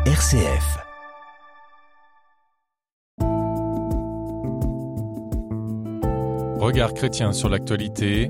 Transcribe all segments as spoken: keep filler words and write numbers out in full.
R C F. Regard chrétien sur l'actualité,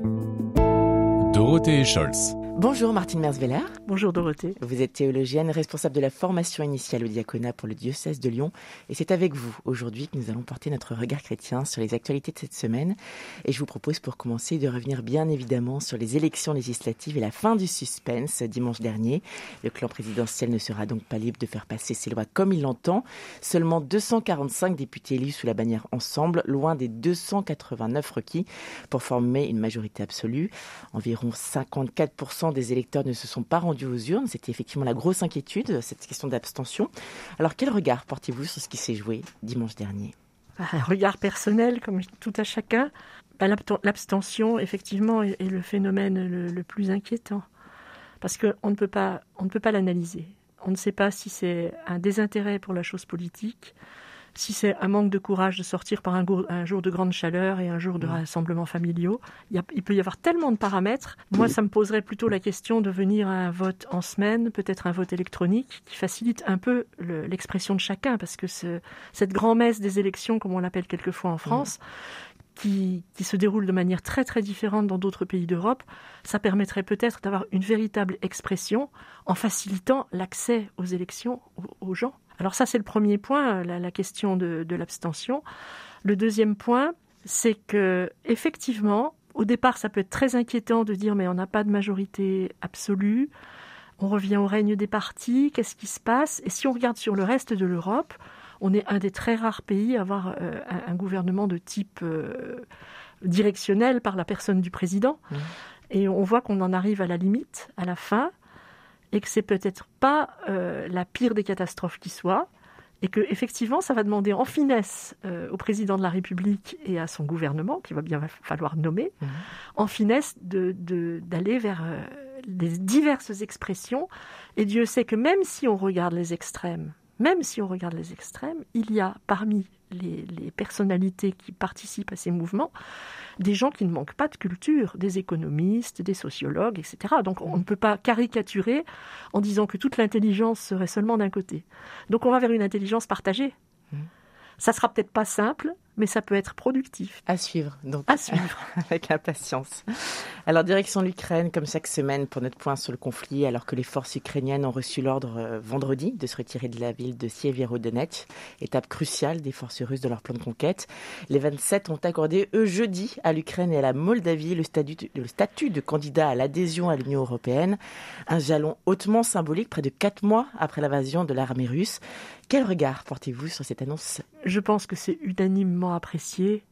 Dorothée Scholz. Bonjour Martine Merzveller. Bonjour Dorothée. Vous êtes théologienne, responsable de la formation initiale au diaconat pour le diocèse de Lyon. Et c'est avec vous aujourd'hui que nous allons porter notre regard chrétien sur les actualités de cette semaine. Et je vous propose pour commencer de revenir bien évidemment sur les élections législatives et la fin du suspense dimanche dernier. Le clan présidentiel ne sera donc pas libre de faire passer ses lois comme il l'entend. Seulement deux cent quarante-cinq députés élus sous la bannière Ensemble, loin des deux cent quatre-vingt-neuf requis pour former une majorité absolue. Environ cinquante-quatre pour cent des électeurs ne se sont pas rendus aux urnes. C'était effectivement la grosse inquiétude, cette question d'abstention. Alors, quel regard portez-vous sur ce qui s'est joué dimanche dernier ? Un regard personnel, comme tout à chacun. Ben, l'abstention, effectivement, est le phénomène le, le plus inquiétant. Parce qu'on ne peut pas, on ne peut pas l'analyser. On ne sait pas si c'est un désintérêt pour la chose politique, si c'est un manque de courage de sortir par un, go- un jour de grande chaleur et un jour de rassemblements familiaux. Il, y a, il peut y avoir tellement de paramètres. Moi, ça me poserait plutôt la question de venir à un vote en semaine, peut-être un vote électronique, qui facilite un peu le, l'expression de chacun, parce que ce, cette grand-messe des élections, comme on l'appelle quelquefois en France, mmh. qui, qui se déroule de manière très très différente dans d'autres pays d'Europe, ça permettrait peut-être d'avoir une véritable expression en facilitant l'accès aux élections aux, aux gens. Alors ça, c'est le premier point, la, la question de, de l'abstention. Le deuxième point, c'est que effectivement, au départ, ça peut être très inquiétant de dire mais on n'a pas de majorité absolue, on revient au règne des partis, qu'est-ce qui se passe ? Et si on regarde sur le reste de l'Europe, on est un des très rares pays à avoir euh, un, un gouvernement de type euh, directionnel par la personne du président. Mmh. Et on voit qu'on en arrive à la limite, à la fin, et que c'est peut-être pas euh, la pire des catastrophes qui soit, et que effectivement, ça va demander en finesse euh, au président de la République et à son gouvernement, qu'il va bien falloir nommer, mmh. en finesse de, de, d'aller vers euh, les diverses expressions. Et Dieu sait que même si on regarde les extrêmes, même si on regarde les extrêmes, il y a parmi les, les personnalités qui participent à ces mouvements des gens qui ne manquent pas de culture, des économistes, des sociologues, et cetera. Donc on ne peut pas caricaturer en disant que toute l'intelligence serait seulement d'un côté. Donc on va vers une intelligence partagée. Mmh. Ça sera peut-être pas simple, mais ça peut être productif. À suivre, donc. À suivre. Avec impatience. Alors, direction l'Ukraine, comme chaque semaine, pour notre point sur le conflit, alors que les forces ukrainiennes ont reçu l'ordre euh, vendredi de se retirer de la ville de Sievierodonetsk, étape cruciale des forces russes dans leur plan de conquête. Les vingt-sept ont accordé, eux, jeudi, à l'Ukraine et à la Moldavie le statut, le statut de candidat à l'adhésion à l'Union européenne. Un jalon hautement symbolique, près de quatre mois après l'invasion de l'armée russe. Quel regard portez-vous sur cette annonce ? Je pense que c'est unanimement apprécié.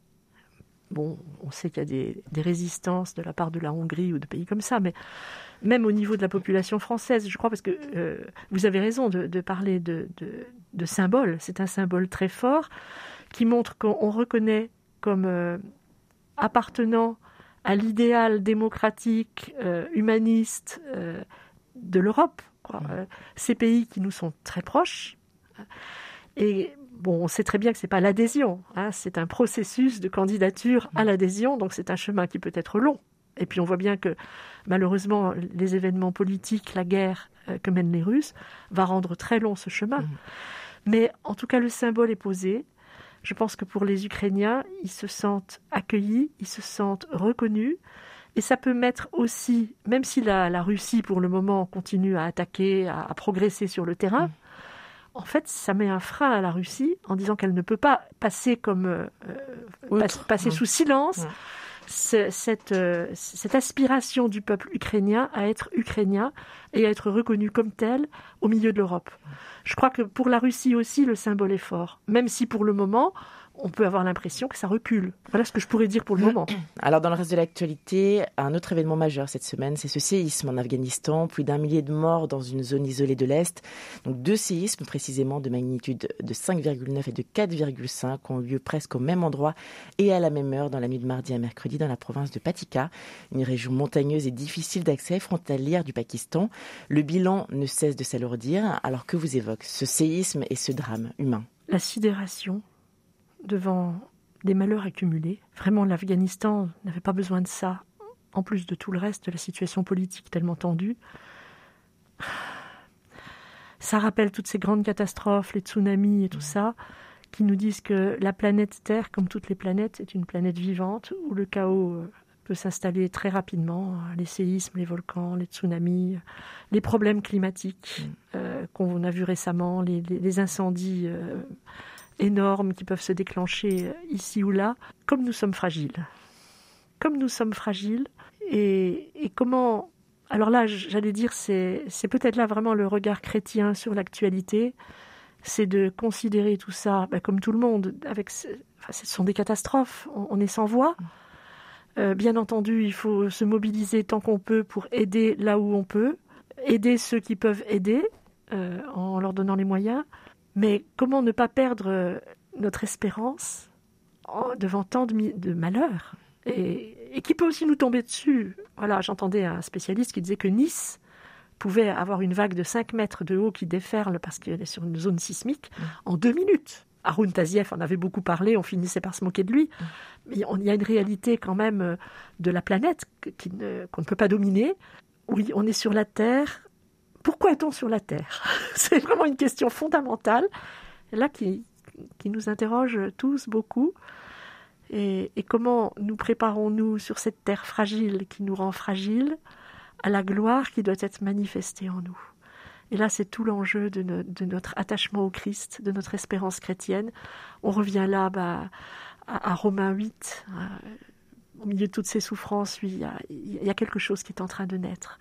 Bon, on sait qu'il y a des, des résistances de la part de la Hongrie ou de pays comme ça, mais même au niveau de la population française, je crois, parce que euh, vous avez raison de, de parler de, de, de symbole. C'est un symbole très fort qui montre qu'on reconnaît comme euh, appartenant à l'idéal démocratique, euh, humaniste euh, de l'Europe, quoi. Euh, ces pays qui nous sont très proches. Et bon, on sait très bien que ce n'est pas l'adhésion, hein, c'est un processus de candidature à l'adhésion, donc c'est un chemin qui peut être long. Et puis on voit bien que malheureusement, les événements politiques, la guerre euh, que mènent les Russes, va rendre très long ce chemin. Mmh. Mais en tout cas, le symbole est posé. Je pense que pour les Ukrainiens, ils se sentent accueillis, ils se sentent reconnus. Et ça peut mettre aussi, même si la, la Russie, pour le moment, continue à attaquer, à, à progresser sur le terrain, mmh. en fait, ça met un frein à la Russie en disant qu'elle ne peut pas passer comme euh, pas, passer mmh. sous silence mmh. ce, cette, euh, cette aspiration du peuple ukrainien à être ukrainien et à être reconnu comme tel au milieu de l'Europe. Je crois que pour la Russie aussi, le symbole est fort, même si pour le moment, on peut avoir l'impression que ça recule. Voilà ce que je pourrais dire pour le moment. Alors, dans le reste de l'actualité, un autre événement majeur cette semaine, c'est ce séisme en Afghanistan. Plus d'un millier de morts dans une zone isolée de l'Est. Donc, deux séismes précisément de magnitude de cinq virgule neuf et de quatre virgule cinq ont eu lieu presque au même endroit et à la même heure dans la nuit de mardi à mercredi dans la province de Patika, une région montagneuse et difficile d'accès frontalière du Pakistan. Le bilan ne cesse de s'alourdir. Alors, que vous évoque ce séisme et ce drame humain ? La sidération devant des malheurs accumulés. Vraiment, l'Afghanistan n'avait pas besoin de ça, en plus de tout le reste de la situation politique tellement tendue. ça rappelle toutes ces grandes catastrophes, les tsunamis et tout ça, qui nous disent que la planète Terre, comme toutes les planètes, est une planète vivante où le chaos peut s'installer très rapidement. Les séismes, les volcans, les tsunamis, les problèmes climatiques euh, qu'on a vus récemment, les, les, les incendies euh, énormes qui peuvent se déclencher ici ou là. Comme nous sommes fragiles. Comme nous sommes fragiles. Et, et comment... Alors là, j'allais dire, c'est, c'est peut-être là vraiment le regard chrétien sur l'actualité, c'est de considérer tout ça, ben, comme tout le monde, avec, enfin, ce sont des catastrophes, on, on est sans voix. Euh, bien entendu, il faut se mobiliser tant qu'on peut pour aider là où on peut, aider ceux qui peuvent aider, euh, en leur donnant les moyens. Mais comment ne pas perdre notre espérance en, devant tant de, de malheurs ? Et, et qui peut aussi nous tomber dessus. Voilà, j'entendais un spécialiste qui disait que Nice pouvait avoir une vague de cinq mètres de haut qui déferle parce qu'elle est sur une zone sismique mmh. en deux minutes. Haroun Tazieff en avait beaucoup parlé, on finissait par se moquer de lui. Mmh. Mais il y a une réalité quand même de la planète qui ne, qu'on ne peut pas dominer. Oui, on est sur la Terre. Pourquoi est-on sur la Terre ? C'est vraiment une question fondamentale, là qui, qui nous interroge tous beaucoup. Et, et comment nous préparons-nous sur cette terre fragile qui nous rend fragiles à la gloire qui doit être manifestée en nous. Et là, c'est tout l'enjeu de, no, de notre attachement au Christ, de notre espérance chrétienne. On revient là bah, à, à Romains huit. À, au milieu de toutes ces souffrances, oui, il y a, il y a quelque chose qui est en train de naître.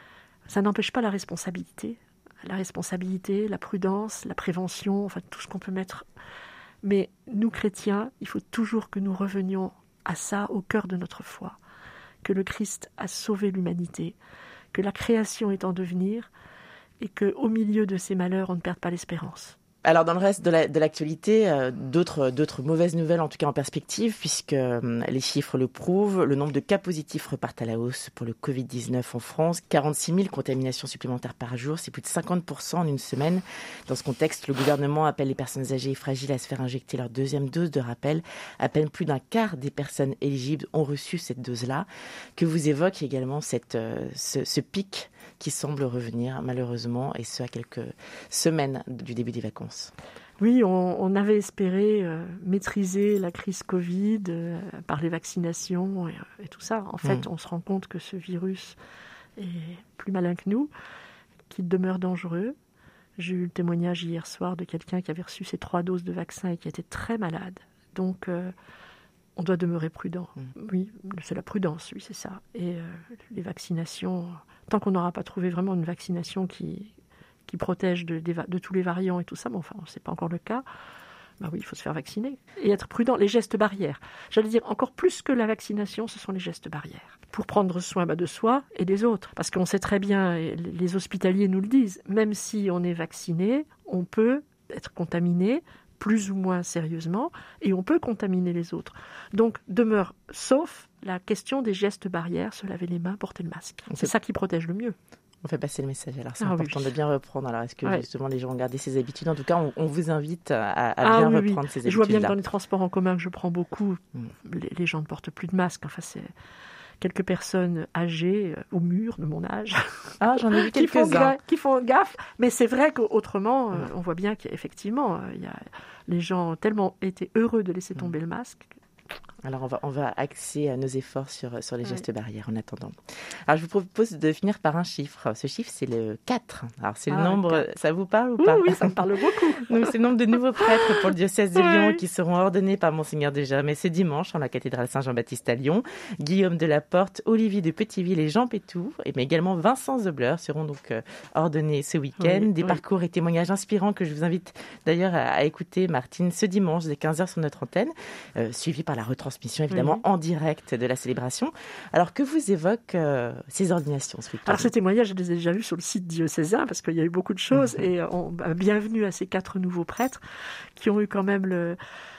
Ça n'empêche pas la responsabilité. La responsabilité, la prudence, la prévention, enfin tout ce qu'on peut mettre... Mais nous, chrétiens, il faut toujours que nous revenions à ça au cœur de notre foi, que le Christ a sauvé l'humanité, que la création est en devenir et qu'au milieu de ces malheurs, on ne perde pas l'espérance. Alors dans le reste de, la, de l'actualité, euh, d'autres, d'autres mauvaises nouvelles en tout cas en perspective, puisque euh, les chiffres le prouvent, le nombre de cas positifs repart à la hausse pour le covid dix-neuf en France. quarante-six mille contaminations supplémentaires par jour, c'est plus de cinquante pour cent en une semaine. Dans ce contexte, le gouvernement appelle les personnes âgées et fragiles à se faire injecter leur deuxième dose de rappel. À peine plus d'un quart des personnes éligibles ont reçu cette dose-là. Que vous évoque également cette, euh, ce, ce pic qui semble revenir malheureusement, et ce à quelques semaines du début des vacances. Oui, on, on avait espéré euh, maîtriser la crise Covid euh, par les vaccinations et, et tout ça. En fait, mmh. on se rend compte que ce virus est plus malin que nous, qu'il demeure dangereux. J'ai eu le témoignage hier soir de quelqu'un qui avait reçu ses trois doses de vaccin et qui était très malade. Donc, euh, on doit demeurer prudent. Mmh. Oui, c'est la prudence, oui, c'est ça. Et euh, les vaccinations... Tant qu'on n'aura pas trouvé vraiment une vaccination qui, qui protège de, de, de tous les variants et tout ça, mais enfin, ce n'est pas encore le cas, ben oui, il faut se faire vacciner. Et être prudent, les gestes barrières. J'allais dire, encore plus que la vaccination, ce sont les gestes barrières. Pour prendre soin ben, de soi et des autres. Parce qu'on sait très bien, et les hospitaliers nous le disent, même si on est vacciné, on peut être contaminé, plus ou moins sérieusement, et on peut contaminer les autres. Donc, demeure sauf la question des gestes barrières, se laver les mains, porter le masque. C'est fait... ça qui protège le mieux. On fait passer le message. Alors, c'est ah, important oui. de bien reprendre. Alors, est-ce que ouais. justement les gens ont gardé ces habitudes ? En tout cas, on, on vous invite à, à ah, bien oui, reprendre oui. ces habitudes-là. Je vois bien que dans les transports en commun que je prends beaucoup, mm. les, les gens ne portent plus de masque. Enfin, c'est... quelques personnes âgées, au mur de mon âge, ah, j'en ai vu qui, font ga- qui font gaffe. Mais c'est vrai qu'autrement, euh, on voit bien qu'effectivement, euh, y a, les gens ont tellement été heureux de laisser tomber mmh. le masque. Alors, on va, on va axer nos efforts sur, sur les gestes ouais. barrières en attendant. Alors, je vous propose de finir par un chiffre. Ce chiffre, c'est le quatre. Alors, c'est ah, le nombre... quatre. Ça vous parle ou pas ? Oui, oui, ça me parle beaucoup. Donc, c'est le nombre de nouveaux prêtres pour le diocèse de Lyon ouais. qui seront ordonnés par Monseigneur Desjamais ce dimanche en la cathédrale Saint-Jean-Baptiste à Lyon. Guillaume Delaporte, Olivier de Petiteville et Jean Pétou, mais également Vincent Zeubler seront donc euh, ordonnés ce week-end. Oui, Des oui. parcours et témoignages inspirants que je vous invite d'ailleurs à, à écouter, Martine, ce dimanche dès quinze heures sur notre antenne, euh, suivi par la retransmission évidemment oui. en direct de la célébration. Alors, que vous évoquent euh, ces ordinations ce week-end ? Alors, ces témoignages, je les ai déjà vus sur le site diocésain parce qu'il y a eu beaucoup de choses. Mmh. Et on, bah, bienvenue à ces quatre nouveaux prêtres qui ont eu quand même le,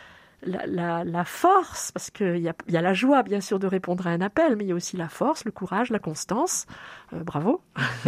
la, la, la force, parce qu'il y a, y a la joie, bien sûr, de répondre à un appel, mais il y a aussi la force, le courage, la constance. Euh, bravo.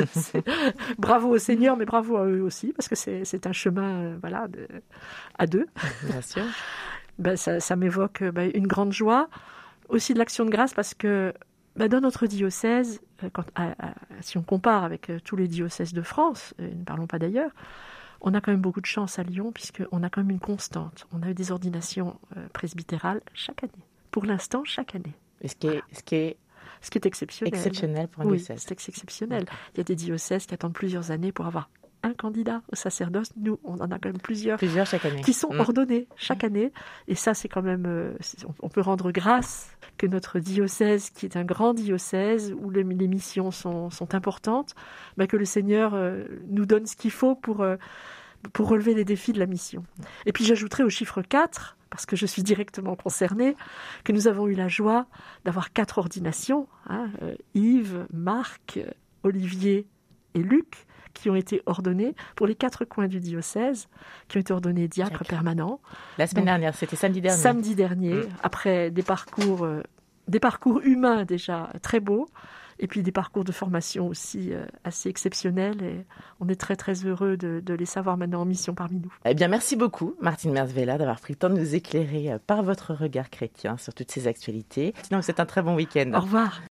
Bravo au Seigneur, mais bravo à eux aussi, parce que c'est, c'est un chemin euh, voilà, de, à deux. Bien sûr. Ben, ça, ça m'évoque ben, une grande joie, aussi de l'action de grâce, parce que bah, dans notre diocèse, quand, à, à, si on compare avec tous les diocèses de France, et ne parlons pas d'ailleurs, on a quand même beaucoup de chance à Lyon, puisqu'on a quand même une constante. On a eu des ordinations euh, presbytérales chaque année. Pour l'instant, chaque année. Et ce qui est, ce qui est, ce qui est exceptionnel. exceptionnel pour un oui, diocèse. C'est exceptionnel. Il y a des diocèses qui attendent plusieurs années pour avoir un candidat au sacerdoce. Nous, on en a quand même plusieurs, plusieurs chaque année. qui sont mmh. ordonnés chaque année. Et ça, c'est quand même... Euh, on peut rendre grâce que notre diocèse, qui est un grand diocèse, où les, les missions sont, sont importantes, bah, que le Seigneur euh, nous donne ce qu'il faut pour, euh, pour relever les défis de la mission. Et puis j'ajouterai au chiffre quatre, parce que je suis directement concernée, que nous avons eu la joie d'avoir quatre ordinations, hein, euh, Yves, Marc, Olivier et Luc, qui ont été ordonnés pour les quatre coins du diocèse, qui ont été ordonnés diacres permanents. La semaine Donc, dernière, c'était samedi dernier. Samedi dernier, mmh. après des parcours, euh, des parcours humains déjà très beaux, et puis des parcours de formation aussi euh, assez exceptionnels. Et on est très très heureux de, de les savoir maintenant en mission parmi nous. Eh bien, merci beaucoup, Martine Merzweiler, d'avoir pris le temps de nous éclairer par votre regard chrétien sur toutes ces actualités. Sinon, c'est un très bon week-end. Au revoir.